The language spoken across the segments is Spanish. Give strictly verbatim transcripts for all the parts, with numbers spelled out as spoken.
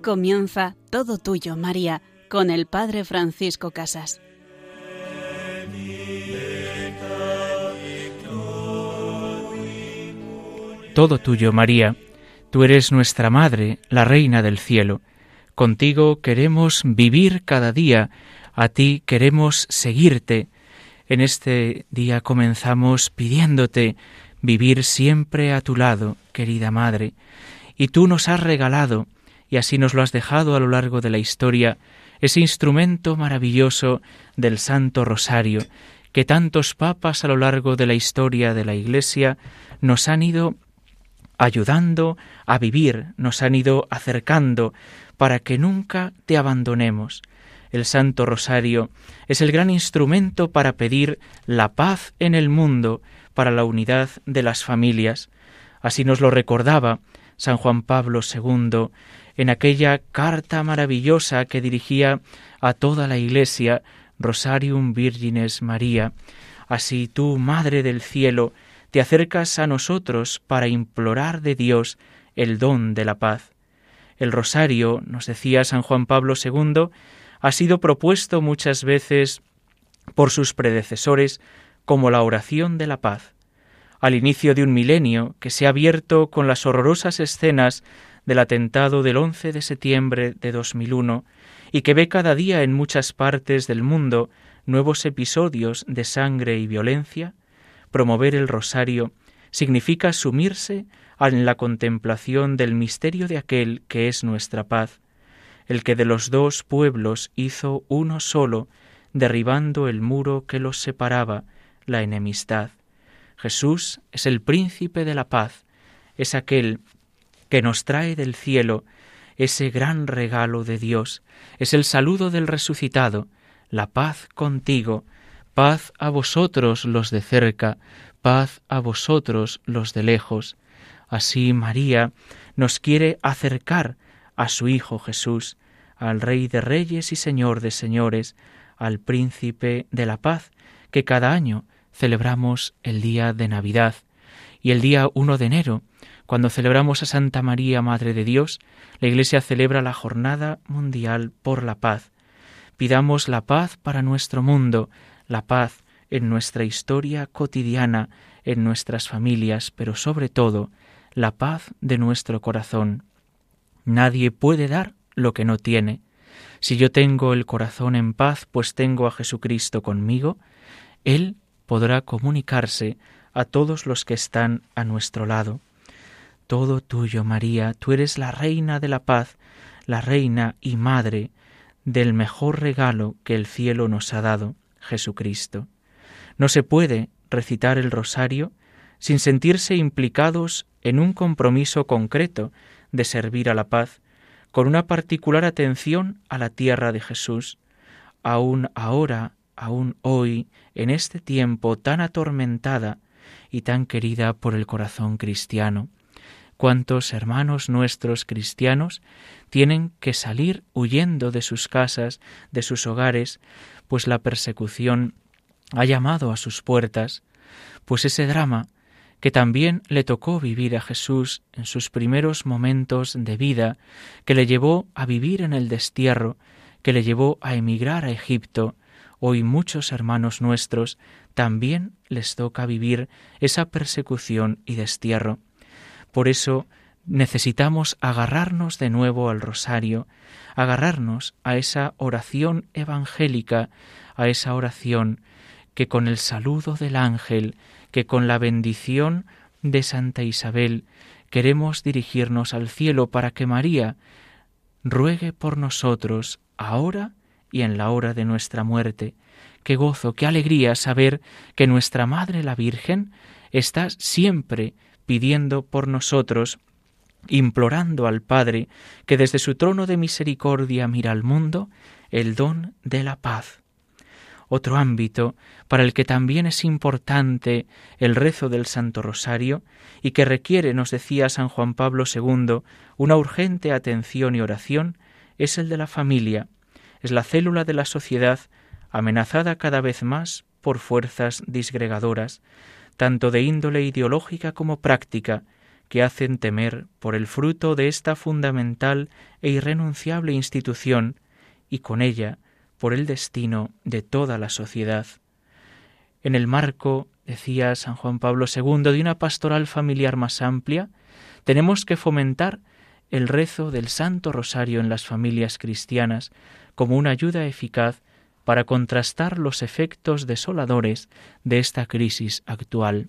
comienza Todo Tuyo, María, con el Padre Francisco Casas. Todo tuyo, María, tú eres nuestra Madre, la Reina del Cielo. Contigo queremos vivir cada día, a ti queremos seguirte. En este día comenzamos pidiéndote vivir siempre a tu lado, querida Madre, y tú nos has regalado, y así nos lo has dejado a lo largo de la historia, ese instrumento maravilloso del Santo Rosario, que tantos papas a lo largo de la historia de la Iglesia nos han ido ayudando a vivir, nos han ido acercando para que nunca te abandonemos. El Santo Rosario es el gran instrumento para pedir la paz en el mundo, para la unidad de las familias. Así nos lo recordaba San Juan Pablo segundo en aquella carta maravillosa que dirigía a toda la Iglesia, Rosarium Virgines Maria. Así tú, Madre del Cielo, te acercas a nosotros para implorar de Dios el don de la paz. El rosario, nos decía San Juan Pablo segundo, ha sido propuesto muchas veces por sus predecesores como la oración de la paz. Al inicio de un milenio que se ha abierto con las horrorosas escenas del atentado del once de septiembre de dos mil uno y que ve cada día en muchas partes del mundo nuevos episodios de sangre y violencia, promover el rosario significa sumirse en la contemplación del misterio de aquel que es nuestra paz, el que de los dos pueblos hizo uno solo, derribando el muro que los separaba, la enemistad. Jesús es el príncipe de la paz, es aquel que nos trae del cielo ese gran regalo de Dios, es el saludo del resucitado, la paz contigo, paz a vosotros los de cerca, paz a vosotros los de lejos. Así María nos quiere acercar a su Hijo Jesús, al Rey de Reyes y Señor de Señores, al Príncipe de la Paz, que cada año celebramos el día de Navidad. Y el día uno de enero, cuando celebramos a Santa María, Madre de Dios, la Iglesia celebra la Jornada Mundial por la Paz. Pidamos la paz para nuestro mundo, la paz en nuestra historia cotidiana, en nuestras familias, pero sobre todo, la paz de nuestro corazón. Nadie puede dar lo que no tiene. Si yo tengo el corazón en paz, pues tengo a Jesucristo conmigo, Él podrá comunicarse a todos los que están a nuestro lado. Todo tuyo, María, tú eres la Reina de la Paz, la Reina y Madre del mejor regalo que el cielo nos ha dado, Jesucristo. No se puede recitar el rosario sin sentirse implicados en un compromiso concreto de servir a la paz, con una particular atención a la tierra de Jesús, aún ahora, aún hoy, en este tiempo tan atormentada y tan querida por el corazón cristiano. ¿Cuántos hermanos nuestros cristianos tienen que salir huyendo de sus casas, de sus hogares, pues la persecución ha llamado a sus puertas? Pues ese drama que también le tocó vivir a Jesús en sus primeros momentos de vida, que le llevó a vivir en el destierro, que le llevó a emigrar a Egipto, hoy muchos hermanos nuestros también les toca vivir esa persecución y destierro. Por eso necesitamos agarrarnos de nuevo al rosario, agarrarnos a esa oración evangélica, a esa oración que con el saludo del ángel, que con la bendición de Santa Isabel queremos dirigirnos al cielo para que María ruegue por nosotros ahora y en la hora de nuestra muerte. Qué gozo, qué alegría saber que nuestra Madre la Virgen está siempre pidiendo por nosotros, implorando al Padre que desde su trono de misericordia mira al mundo el don de la paz. Otro ámbito para el que también es importante el rezo del Santo Rosario y que requiere, nos decía San Juan Pablo segundo, una urgente atención y oración, es el de la familia. Es la célula de la sociedad amenazada cada vez más por fuerzas disgregadoras, tanto de índole ideológica como práctica, que hacen temer por el fruto de esta fundamental e irrenunciable institución y con ella por el destino de toda la sociedad. En el marco, decía San Juan Pablo segundo, de una pastoral familiar más amplia, tenemos que fomentar el rezo del Santo Rosario en las familias cristianas como una ayuda eficaz para contrastar los efectos desoladores de esta crisis actual.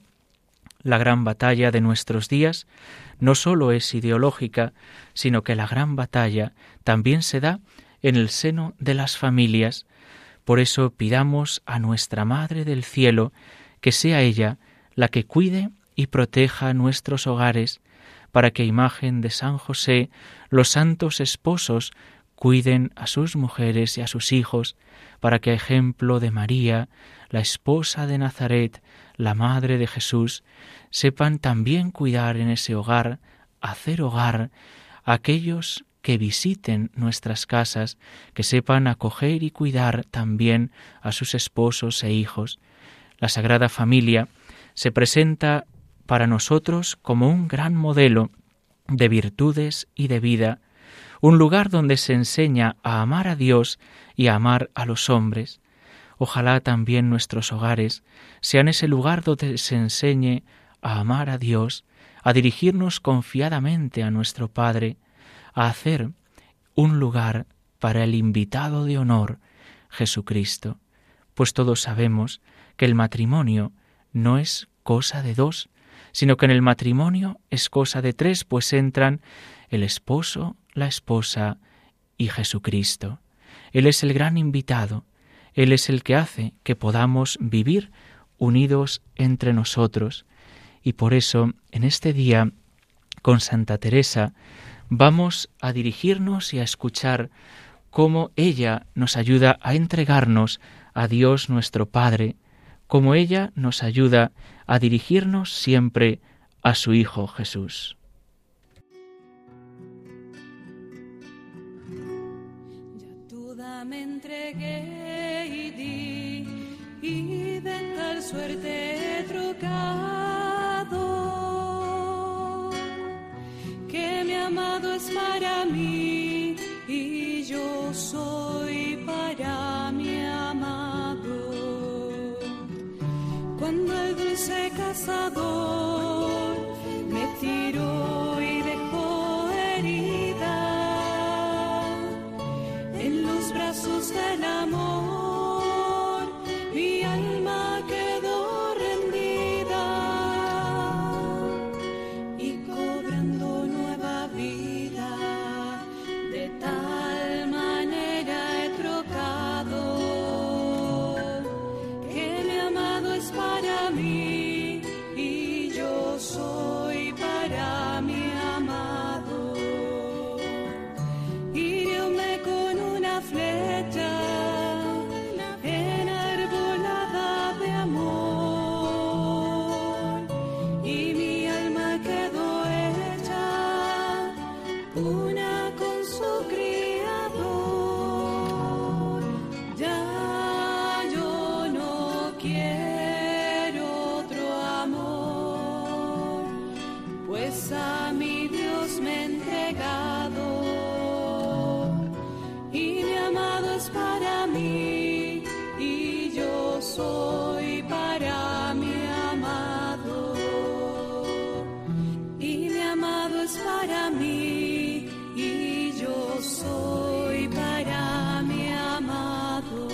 La gran batalla de nuestros días no solo es ideológica, sino que la gran batalla también se da en el seno de las familias. Por eso pidamos a nuestra Madre del Cielo que sea ella la que cuide y proteja nuestros hogares, para que, imagen de San José, los santos esposos cuiden a sus mujeres y a sus hijos, para que, a ejemplo de María, la esposa de Nazaret, la Madre de Jesús, sepan también cuidar en ese hogar, hacer hogar a aquellos que visiten nuestras casas, que sepan acoger y cuidar también a sus esposos e hijos. La Sagrada Familia se presenta para nosotros como un gran modelo de virtudes y de vida, un lugar donde se enseña a amar a Dios y a amar a los hombres. Ojalá también nuestros hogares sean ese lugar donde se enseñe a amar a Dios, a dirigirnos confiadamente a nuestro Padre, a hacer un lugar para el invitado de honor, Jesucristo. Pues todos sabemos que el matrimonio no es cosa de dos, sino que en el matrimonio es cosa de tres, pues entran el esposo, la esposa y Jesucristo. Él es el gran invitado, Él es el que hace que podamos vivir unidos entre nosotros. Y por eso, en este día, con Santa Teresa, vamos a dirigirnos y a escuchar cómo ella nos ayuda a entregarnos a Dios nuestro Padre, cómo ella nos ayuda a dirigirnos siempre a su Hijo Jesús. Ya toda me entregué y di, y de tal suerte he trocado, que mi amado es para mí y yo soy para mi amado. Cuando el dulce cazador me tiró y dejó herida en los brazos del amor, mi alma quedó rendida y cobrando nueva vida, de tal manera he trocado, que mi amado es para mí y yo soy para mi amado. Hirióme con una flecha enarbolada de amor, y mi alma quedó hecha una con su Criador. Ya yo no quiero otro amor, pues a mi Dios me he entregado, y mi amado es para mí y yo soy para mi amado, y mi amado es para mí y yo soy para mi amado.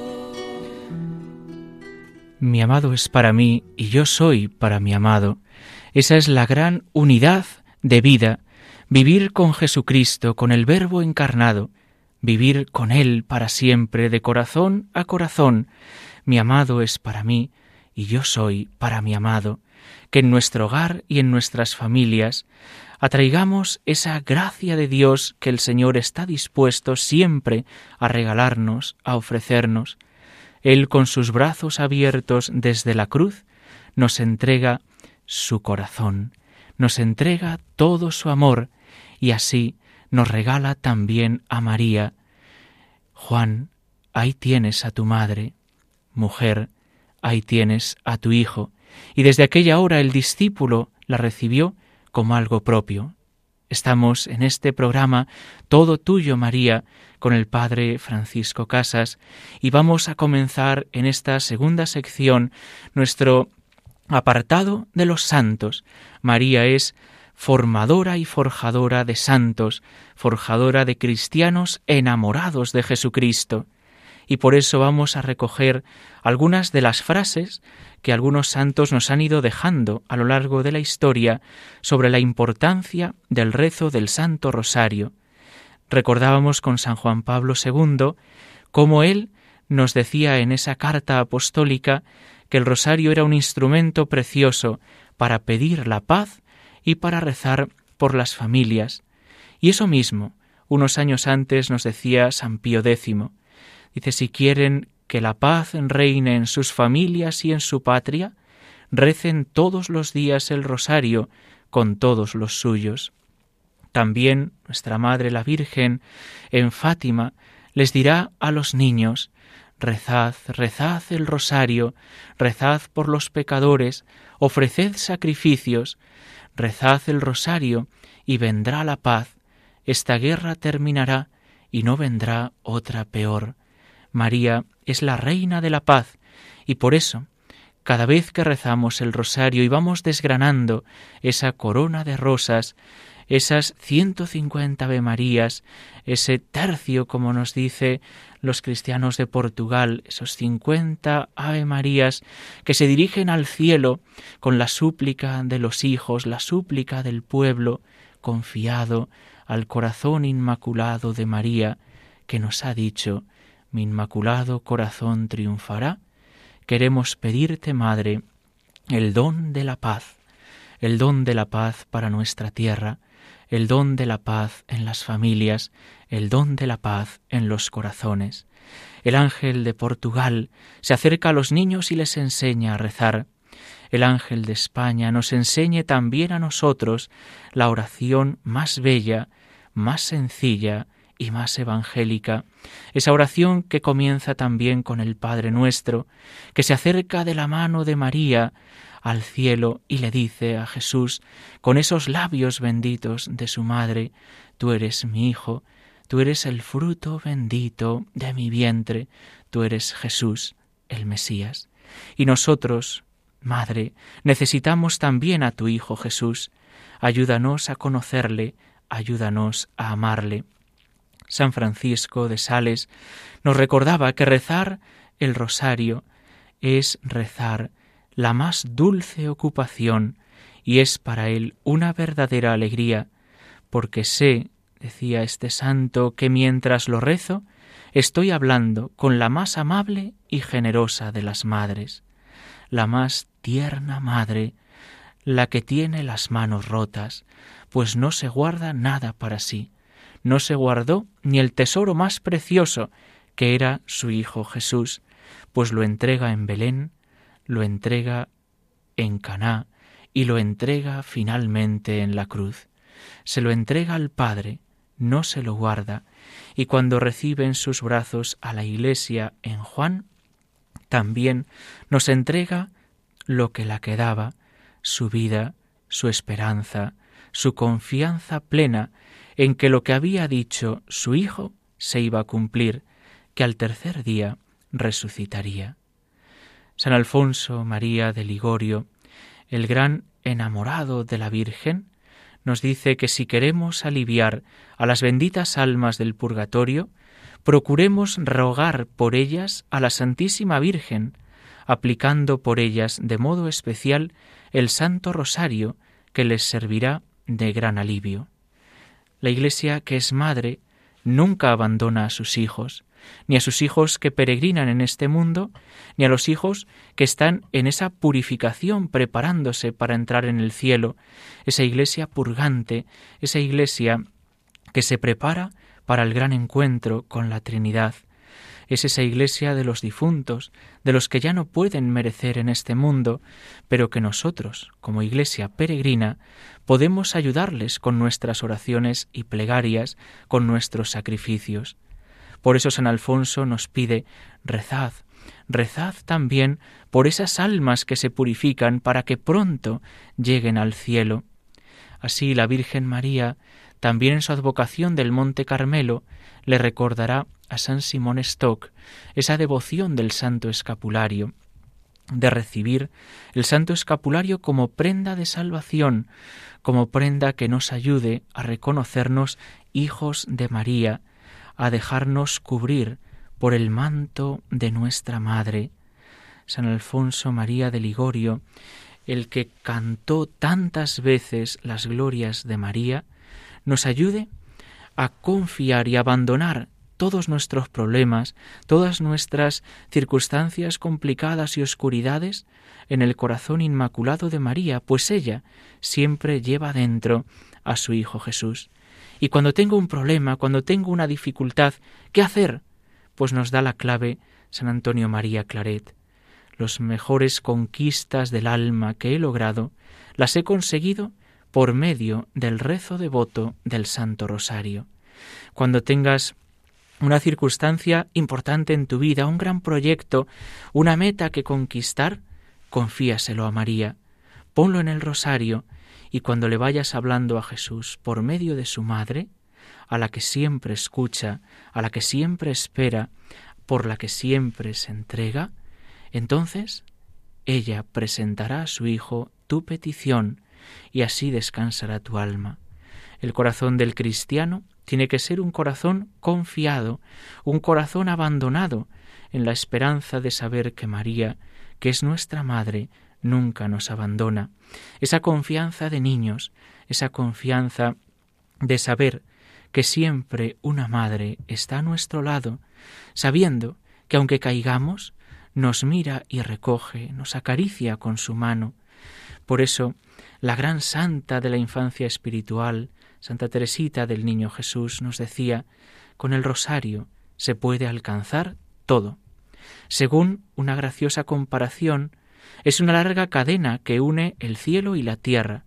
Mi amado es para mí y yo soy para mi amado. Esa es la gran unidad de vida, vivir con Jesucristo, con el Verbo encarnado, vivir con Él para siempre, de corazón a corazón. Mi amado es para mí y yo soy para mi amado. Que en nuestro hogar y en nuestras familias atraigamos esa gracia de Dios que el Señor está dispuesto siempre a regalarnos, a ofrecernos. Él, con sus brazos abiertos desde la cruz, nos entrega su corazón, nos entrega todo su amor, y así nos regala también a María. Juan, ahí tienes a tu madre. Mujer, ahí tienes a tu hijo. Y desde aquella hora el discípulo la recibió como algo propio. Estamos en este programa Todo Tuyo, María, con el Padre Francisco Casas, y vamos a comenzar en esta segunda sección nuestro apartado de los santos. María es formadora y forjadora de santos, forjadora de cristianos enamorados de Jesucristo. Y por eso vamos a recoger algunas de las frases que algunos santos nos han ido dejando a lo largo de la historia sobre la importancia del rezo del Santo Rosario. Recordábamos con San Juan Pablo segundo cómo él nos decía en esa carta apostólica que el rosario era un instrumento precioso para pedir la paz y para rezar por las familias. Y eso mismo, unos años antes nos decía San Pío décimo. Dice, si quieren que la paz reine en sus familias y en su patria, recen todos los días el rosario con todos los suyos. También nuestra Madre la Virgen en Fátima les dirá a los niños, rezad, rezad el rosario, rezad por los pecadores, ofreced sacrificios, rezad el rosario y vendrá la paz, esta guerra terminará y no vendrá otra peor. María es la reina de la paz y por eso, cada vez que rezamos el rosario y vamos desgranando esa corona de rosas, esas ciento cincuenta Ave Marías, ese tercio, como nos dice los cristianos de Portugal, esos cincuenta Ave Marías que se dirigen al cielo con la súplica de los hijos, la súplica del pueblo, confiado al corazón inmaculado de María, que nos ha dicho, mi inmaculado corazón triunfará. Queremos pedirte, Madre, el don de la paz, el don de la paz para nuestra tierra, el don de la paz en las familias, el don de la paz en los corazones. El ángel de Portugal se acerca a los niños y les enseña a rezar. El ángel de España nos enseñe también a nosotros la oración más bella, más sencilla y más evangélica, esa oración que comienza también con el Padre Nuestro, que se acerca de la mano de María al cielo y le dice a Jesús, con esos labios benditos de su madre, tú eres mi Hijo, tú eres el fruto bendito de mi vientre, tú eres Jesús, el Mesías. Y nosotros, Madre, necesitamos también a tu Hijo Jesús. Ayúdanos a conocerle, ayúdanos a amarle. San Francisco de Sales nos recordaba que rezar el rosario es rezar la más dulce ocupación y es para él una verdadera alegría, porque sé, decía este santo, que mientras lo rezo estoy hablando con la más amable y generosa de las madres, la más tierna madre, la que tiene las manos rotas, pues no se guarda nada para sí. No se guardó ni el tesoro más precioso, que era su Hijo Jesús, pues lo entrega en Belén, lo entrega en Caná y lo entrega finalmente en la cruz. Se lo entrega al Padre, no se lo guarda, y cuando recibe en sus brazos a la Iglesia en Juan, también nos entrega lo que la quedaba, su vida, su esperanza, su confianza plena en que lo que había dicho su Hijo se iba a cumplir, que al tercer día resucitaría. San Alfonso María de Ligorio, el gran enamorado de la Virgen, nos dice que si queremos aliviar a las benditas almas del purgatorio, procuremos rogar por ellas a la Santísima Virgen, aplicando por ellas de modo especial el Santo Rosario, que les servirá de gran alivio. La Iglesia, que es madre, nunca abandona a sus hijos, ni a sus hijos que peregrinan en este mundo, ni a los hijos que están en esa purificación preparándose para entrar en el cielo, esa Iglesia purgante, esa Iglesia que se prepara para el gran encuentro con la Trinidad. Es esa Iglesia de los difuntos, de los que ya no pueden merecer en este mundo, pero que nosotros, como Iglesia peregrina, podemos ayudarles con nuestras oraciones y plegarias, con nuestros sacrificios. Por eso San Alfonso nos pide, rezad, rezad también por esas almas que se purifican para que pronto lleguen al cielo. Así la Virgen María, también en su advocación del Monte Carmelo, le recordará a San Simón Stock esa devoción del Santo Escapulario, de recibir el Santo Escapulario como prenda de salvación, como prenda que nos ayude a reconocernos hijos de María, a dejarnos cubrir por el manto de nuestra Madre. San Alfonso María de Ligorio, el que cantó tantas veces las glorias de María, nos ayude a confiar y abandonar todos nuestros problemas, todas nuestras circunstancias complicadas y oscuridades en el corazón inmaculado de María, pues ella siempre lleva dentro a su Hijo Jesús. Y cuando tengo un problema, cuando tengo una dificultad, ¿qué hacer? Pues nos da la clave San Antonio María Claret. Las mejores conquistas del alma que he logrado las he conseguido por medio del rezo devoto del Santo Rosario. Cuando tengas una circunstancia importante en tu vida, un gran proyecto, una meta que conquistar, confíaselo a María, ponlo en el rosario y cuando le vayas hablando a Jesús por medio de su Madre, a la que siempre escucha, a la que siempre espera, por la que siempre se entrega, entonces ella presentará a su Hijo tu petición y así descansará tu alma. El corazón del cristiano tiene que ser un corazón confiado, un corazón abandonado en la esperanza de saber que María, que es nuestra Madre, nunca nos abandona. Esa confianza de niños, esa confianza de saber que siempre una Madre está a nuestro lado, sabiendo que aunque caigamos, nos mira y recoge, nos acaricia con su mano. Por eso, la gran santa de la infancia espiritual, Santa Teresita del Niño Jesús, nos decía, con el rosario se puede alcanzar todo. Según una graciosa comparación, es una larga cadena que une el cielo y la tierra,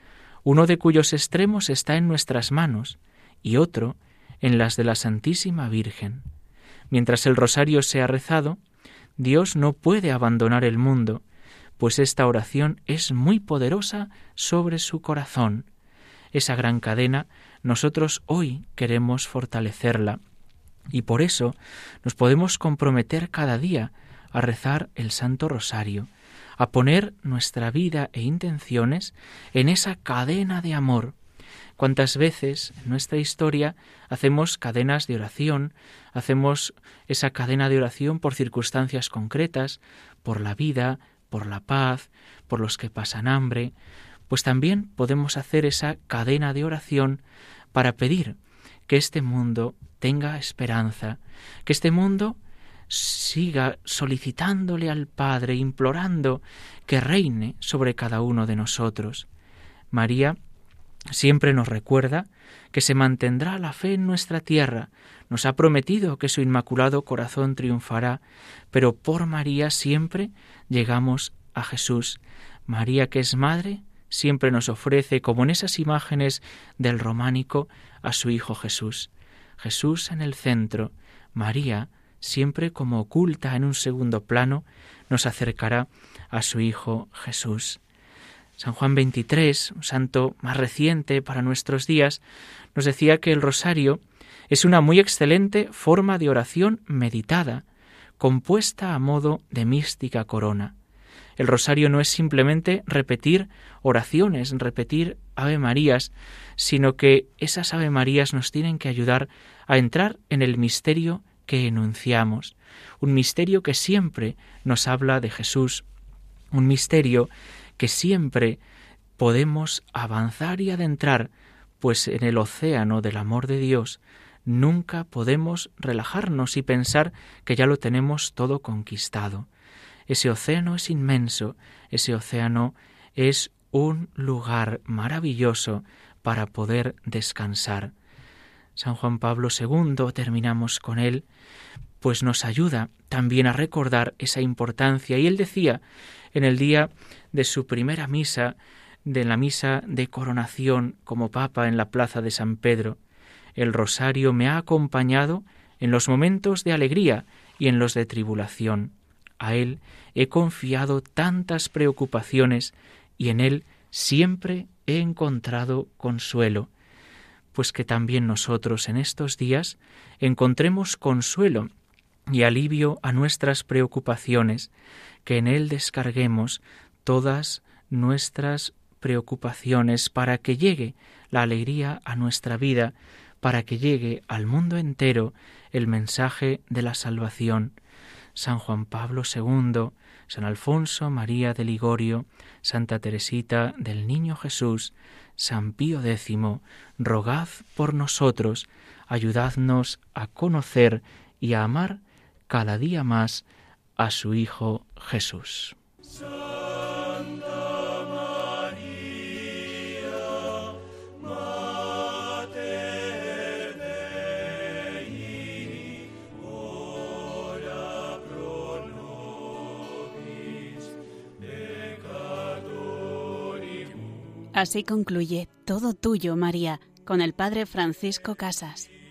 uno de cuyos extremos está en nuestras manos y otro en las de la Santísima Virgen. Mientras el rosario sea rezado, Dios no puede abandonar el mundo, pues esta oración es muy poderosa sobre su corazón. Esa gran cadena nosotros hoy queremos fortalecerla y por eso nos podemos comprometer cada día a rezar el Santo Rosario, a poner nuestra vida e intenciones en esa cadena de amor. ¿Cuántas veces en nuestra historia hacemos cadenas de oración, hacemos esa cadena de oración por circunstancias concretas, por la vida, por la paz, por los que pasan hambre? Pues también podemos hacer esa cadena de oración para pedir que este mundo tenga esperanza, que este mundo siga solicitándole al Padre, implorando que reine sobre cada uno de nosotros. María siempre nos recuerda que se mantendrá la fe en nuestra tierra, nos ha prometido que su inmaculado corazón triunfará, pero por María siempre llegamos a Jesús. María, que es Madre, siempre nos ofrece, como en esas imágenes del románico, a su Hijo Jesús. Jesús en el centro, María, siempre como oculta en un segundo plano, nos acercará a su Hijo Jesús. San Juan veintitrés, un santo más reciente para nuestros días, nos decía que el rosario es una muy excelente forma de oración meditada, compuesta a modo de mística corona. El rosario no es simplemente repetir oraciones, repetir Ave Marías, sino que esas Ave Marías nos tienen que ayudar a entrar en el misterio que enunciamos, un misterio que siempre nos habla de Jesús, un misterio que siempre podemos avanzar y adentrar, pues en el océano del amor de Dios nunca podemos relajarnos y pensar que ya lo tenemos todo conquistado. Ese océano es inmenso, ese océano es un lugar maravilloso para poder descansar. San Juan Pablo segundo, terminamos con él, pues nos ayuda también a recordar esa importancia. Y él decía en el día de su primera misa, de la misa de coronación como Papa en la plaza de San Pedro, el rosario me ha acompañado en los momentos de alegría y en los de tribulación. A él he confiado tantas preocupaciones y en él siempre he encontrado consuelo. Pues que también nosotros en estos días encontremos consuelo y alivio a nuestras preocupaciones, que en Él descarguemos todas nuestras preocupaciones para que llegue la alegría a nuestra vida, para que llegue al mundo entero el mensaje de la salvación. San Juan Pablo segundo, San Alfonso María de Ligorio, Santa Teresita del Niño Jesús, San Pío décimo, rogad por nosotros, ayudadnos a conocer y a amar cada día más a su Hijo Jesús. Así concluye Todo tuyo, María, con el Padre Francisco Casas.